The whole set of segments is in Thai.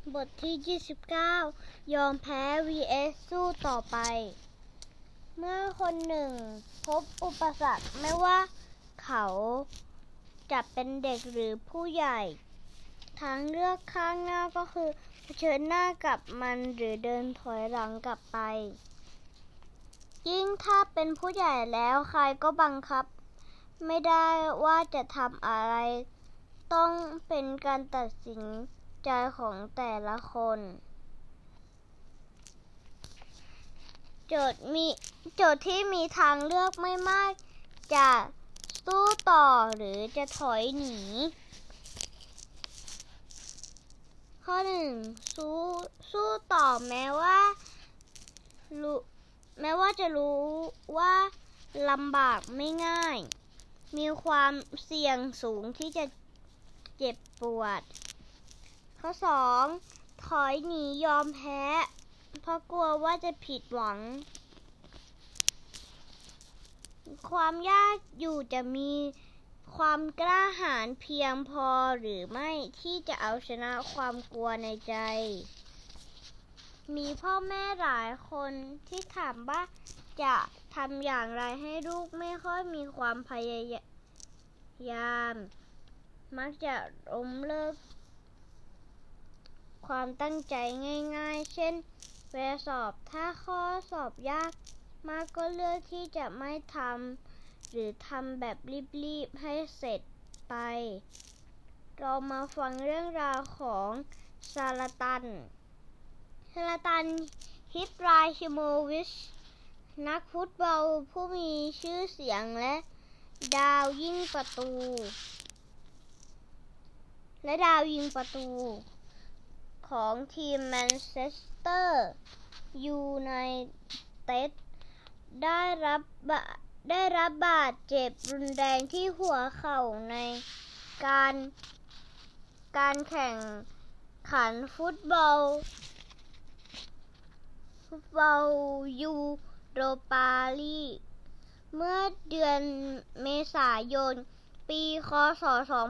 บทที่ 29 ยอมแพ้ vs สู้ต่อไป เมื่อคนหนึ่งพบอุปสรรคไม่ว่าเขาจะเป็นเด็กหรือผู้ใหญ่ทางเลือกข้างหน้าก็คือเผชิญหน้ากับมันหรือเดินถอยหลังกลับไปยิ่งถ้าเป็นผู้ใหญ่แล้วใครก็บังคับไม่ได้ว่าจะทำอะไรต้องเป็นการตัดสินใจของแต่ละคนโจทย์ที่มีทางเลือกไม่มากจะสู้ต่อหรือจะถอยหนีข้อ 1. สู้ต่อแม้ว่าจะรู้ว่าลำบากไม่ง่ายมีความเสี่ยงสูงที่จะเจ็บปวดข้อ 2. ถอยหนียอมแพ้เพราะกลัวว่าจะผิดหวังความยากอยู่จะมีความกล้าหาญเพียงพอหรือไม่ที่จะเอาชนะความกลัวในใจมีพ่อแม่หลายคนที่ถามว่าจะทำอย่างไรให้ลูกไม่ค่อยมีความพยายามมักจะล้มเลิกความตั้งใจง่ายๆเช่นเวลาสอบถ้าข้อสอบยากมากก็เลือกที่จะไม่ทำหรือทำแบบรีบๆให้เสร็จไปเรามาฟังเรื่องราวของซาลาตันฮิบราฮิโมวิชนักฟุตบอลผู้มีชื่อเสียงและดาวยิงประตูของทีมแมนเชสเตอร์ยูไนเต็ดได้รับบาดเจ็บรุนแรงที่หัวเข่าในการแข่งขันฟุตบอลยูโรปาลีกเมื่อเดือนเมษายนปีค.ศ.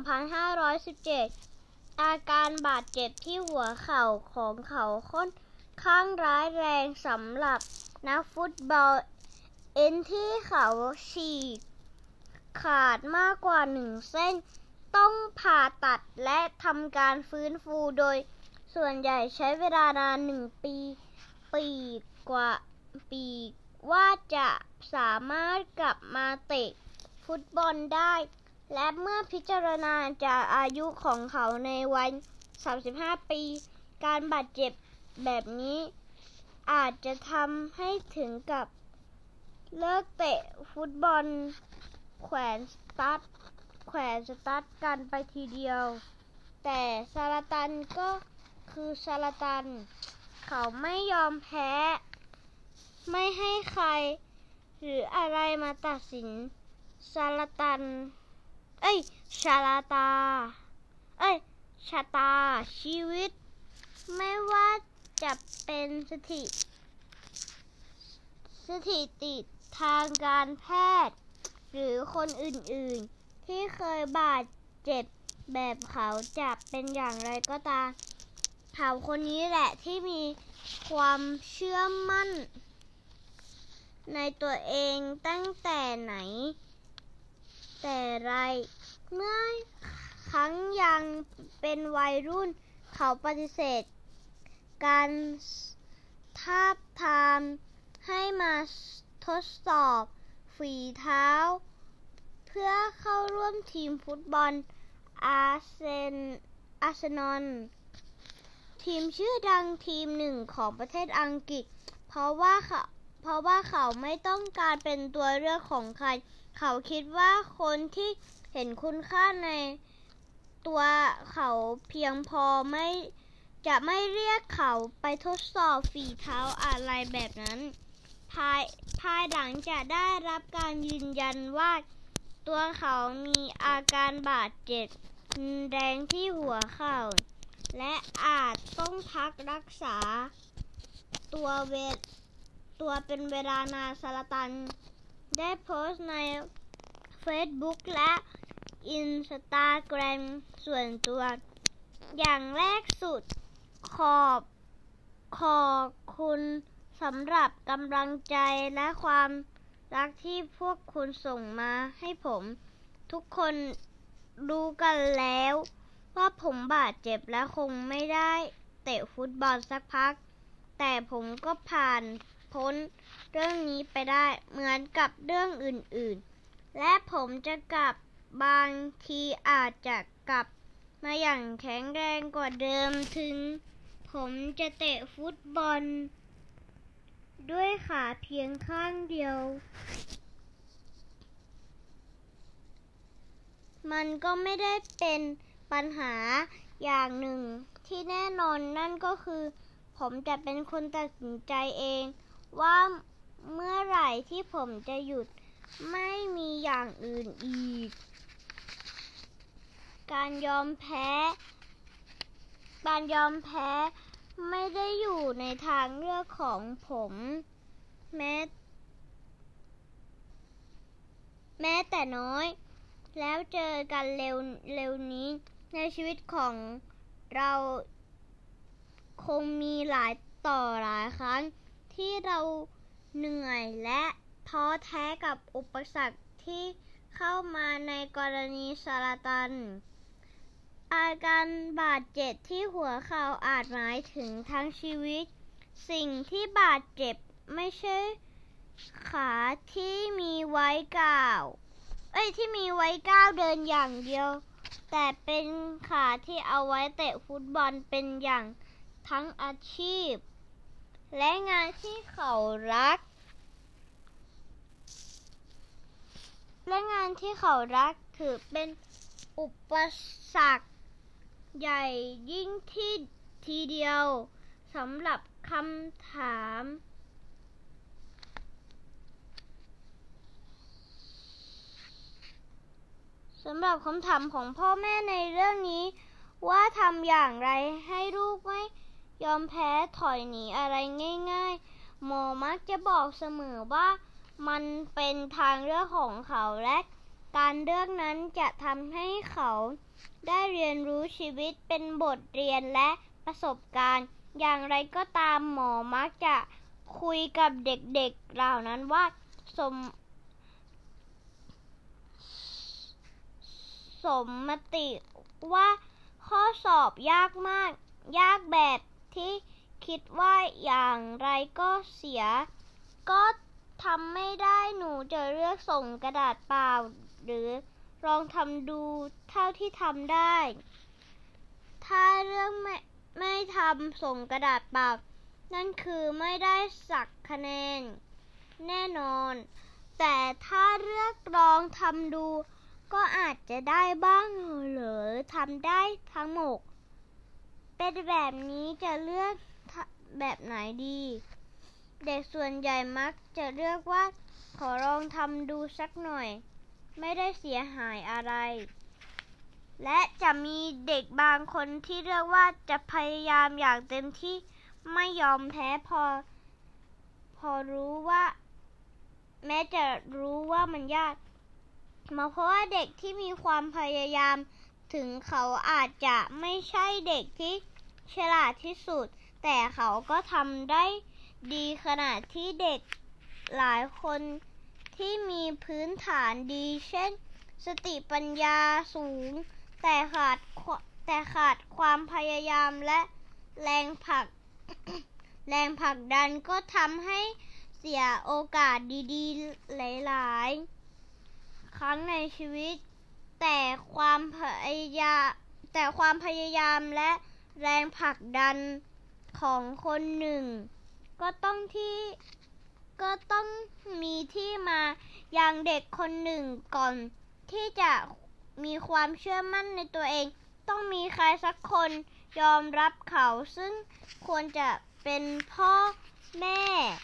2517อาการบาดเจ็บที่หัวเข่าของเขาค่อนข้างร้ายแรงสำหรับนักฟุตบอลเอ็นที่เขาฉีกขาดมากกว่า1เส้นต้องผ่าตัดและทำการฟื้นฟูโดยส่วนใหญ่ใช้เวลานาน1 ปีว่าจะสามารถกลับมาเตะฟุตบอลได้และเมื่อพิจารณาจากอายุของเขาในวัย35 ปีการบาดเจ็บแบบนี้อาจจะทำให้ถึงกับเลิกเตะฟุตบอลแขวนสตั๊ดกันไปทีเดียวแต่ซาลาตันก็คือซาลาตันเขาไม่ยอมแพ้ไม่ให้ใครหรืออะไรมาตัดสินชะตาชีวิตไม่ว่าจะเป็นสถิติทางการแพทย์หรือคนอื่นๆที่เคยบาดเจ็บแบบเขาจะเป็นอย่างไรก็ตามเขาคนนี้แหละที่มีความเชื่อมั่นในตัวเองตั้งแต่ไหนแต่ไรเมื่อครั้งยังเป็นวัยรุ่นเขาปฏิเสธการทาบทามให้มาทดสอบฝีเท้าเพื่อเข้าร่วมทีมฟุตบอลอาร์เซนอลทีมชื่อดังทีมหนึ่งของประเทศอังกฤษเพราะว่าเขาไม่ต้องการเป็นตัวเลือกของใครเขาคิดว่าคนที่เห็นคุณค่าในตัวเขาเพียงพอจะไม่เรียกเขาไปทดสอบฝีเท้าอะไรแบบนั้นภายหลังจะได้รับการยืนยันว่าตัวเขามีอาการบาดเจ็บแรงที่หัวเข่าและอาจต้องพักรักษาตัวเป็นเวลานานซาลาตันได้โพสต์ในเฟซบุ๊กและอินสตาแกรมส่วนตัวอย่างแรกสุดขขอบคุณสำหรับกำลังใจและความรักที่พวกคุณส่งมาให้ผมทุกคนรู้กันแล้วว่าผมบาดเจ็บและคงไม่ได้เตะฟุตบอลสักพักแต่ผมก็ผ่านพ้นเรื่องนี้ไปได้เหมือนกับเรื่องอื่นๆและผมจะกลับบางทีอาจจะกลับมาอย่างแข็งแรงกว่าเดิมถึงผมจะเตะฟุตบอลด้วยขาเพียงข้างเดียวมันก็ไม่ได้เป็นปัญหาอย่างหนึ่งที่แน่นอนนั่นก็คือผมจะเป็นคนตัดสินใจเองว่าเมื่อไหร่ที่ผมจะหยุดไม่มีอย่างอื่นอีกการยอมแพ้ไม่ได้อยู่ในทางเลือกของผมแม้แต่น้อยแล้วเจอกันเร็วนี้ในชีวิตของเราคงมีหลายครั้งที่เราเหนื่อยและท้อแท้กับอุปสรรคที่เข้ามาในกรณีซาลาตันอาการบาดเจ็บที่หัวเข่าอาจหมายถึงทั้งชีวิตสิ่งที่บาดเจ็บไม่ใช่ขาที่มีไว้ก้าวเดินอย่างเดียวแต่เป็นขาที่เอาไว้เตะฟุตบอลเป็นอย่างทั้งอาชีพและงานที่เขารักถือเป็นอุปสรรคใหญ่ยิ่งทีเดียวสำหรับคำถามของพ่อแม่ในเรื่องนี้ว่าทำอย่างไรให้ลูกไม่ยอมแพ้ถอยหนีอะไรง่ายๆหมอมักจะบอกเสมอว่ามันเป็นทางเลือกของเขาและการเลือกนั้นจะทำให้เขาได้เรียนรู้ชีวิตเป็นบทเรียนและประสบการณ์อย่างไรก็ตามหมอมักจะคุยกับเด็กๆเหล่านั้นว่าสมมติว่าข้อสอบยากแบบที่คิดว่าอย่างไรก็เสียก็ทำไม่ได้หนูจะเลือกส่งกระดาษเปล่าหรือลองทำดูเท่าที่ทำได้ถ้าเลือกไม่ทำส่งกระดาษเปล่านั่นคือไม่ได้สักคะแนนแน่นอนแต่ถ้าเลือกลองทำดูก็อาจจะได้บ้างหรือทำได้ทั้งหมดเป็นแบบนี้จะเลือกแบบไหนดีเด็กส่วนใหญ่มักจะเลือกว่าขอลองทำดูสักหน่อยไม่ได้เสียหายอะไรและจะมีเด็กบางคนที่เลือกว่าจะพยายามอย่างเต็มที่ไม่ยอมแพ้พอรู้ว่าแม้จะรู้ว่ามันยากเพราะว่าเด็กที่มีความพยายามถึงเขาอาจจะไม่ใช่เด็กที่ฉลาดที่สุดแต่เขาก็ทำได้ดีขนาดที่เด็กหลายคนที่มีพื้นฐานดีเช่นสติปัญญาสูงแต่ขาดความพยายามและแรงผลักดันก็ทำให้เสียโอกาสดีๆหลายๆครั้งในชีวิตแต่ความพยายามและแรงผลักดันของคนหนึ่งก็ต้องมีที่มาอย่างเด็กคนหนึ่งก่อนที่จะมีความเชื่อมั่นในตัวเองต้องมีใครสักคนยอมรับเขาซึ่งควรจะเป็นพ่อแม่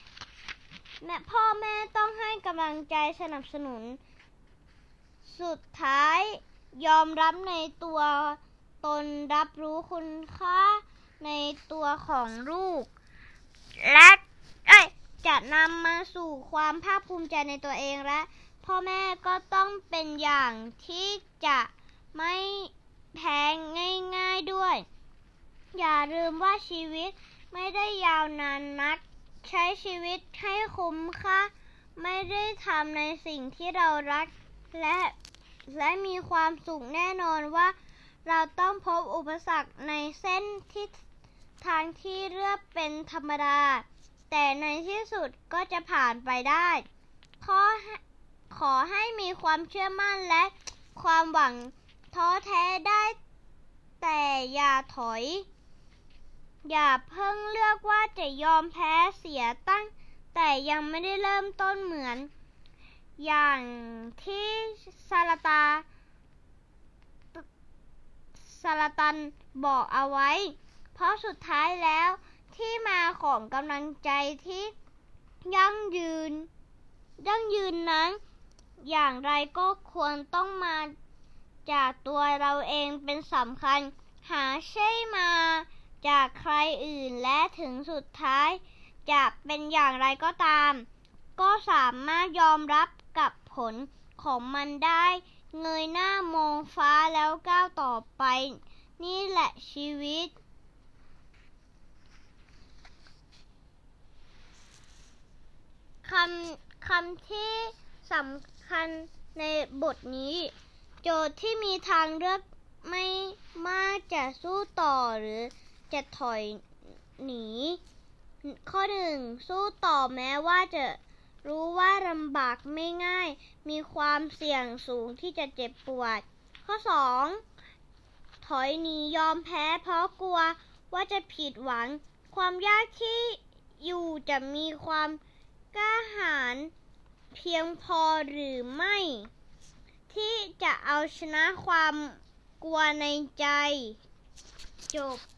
ต้องให้กำลังใจสนับสนุนสุดท้ายยอมรับในตัวตนรับรู้คุณค่าในตัวของลูกและจะนำมาสู่ความภาคภูมิใจในตัวเองและพ่อแม่ก็ต้องเป็นอย่างที่จะไม่แพ้ง่ายๆด้วยอย่าลืมว่าชีวิตไม่ได้ยาวนานนักใช้ชีวิตให้คุ้มค่าไม่ได้ทำในสิ่งที่เรารักและมีความสุขแน่นอนว่าเราต้องพบอุปสรรคในเส้นที่ทางที่เลือกเป็นธรรมดาแต่ในที่สุดก็จะผ่านไปได้ขอให้มีความเชื่อมั่นและความหวังท้อแท้ได้แต่อย่าถอยอย่าเพิ่งเลือกว่าจะยอมแพ้เสียตั้งแต่ยังไม่ได้เริ่มต้นเหมือนอย่างที่ซาลาตันบอกเอาไว้เพราะสุดท้ายแล้วที่มาของกำลังใจที่ยั่งยืนนั้นอย่างไรก็ควรต้องมาจากตัวเราเองเป็นสำคัญหาใช่มาจากใครอื่นและถึงสุดท้ายจะเป็นอย่างไรก็ตามก็สามารถยอมรับกับผลของมันได้เงยหน้ามองฟ้าแล้วก้าวต่อไปนี่แหละชีวิตคำที่สำคัญในบทนี้โจทย์ที่มีทางเลือกไม่มากจะสู้ต่อหรือจะถอยหนีข้อ 1 สู้ต่อแม้ว่าจะรู้ว่าลำบากไม่ง่ายมีความเสี่ยงสูงที่จะเจ็บปวดข้อ 2 ถอยหนียอมแพ้เพราะกลัวว่าจะผิดหวังความยากที่อยู่จะมีความกล้าหาญเพียงพอหรือไม่ที่จะเอาชนะความกลัวในใจจบ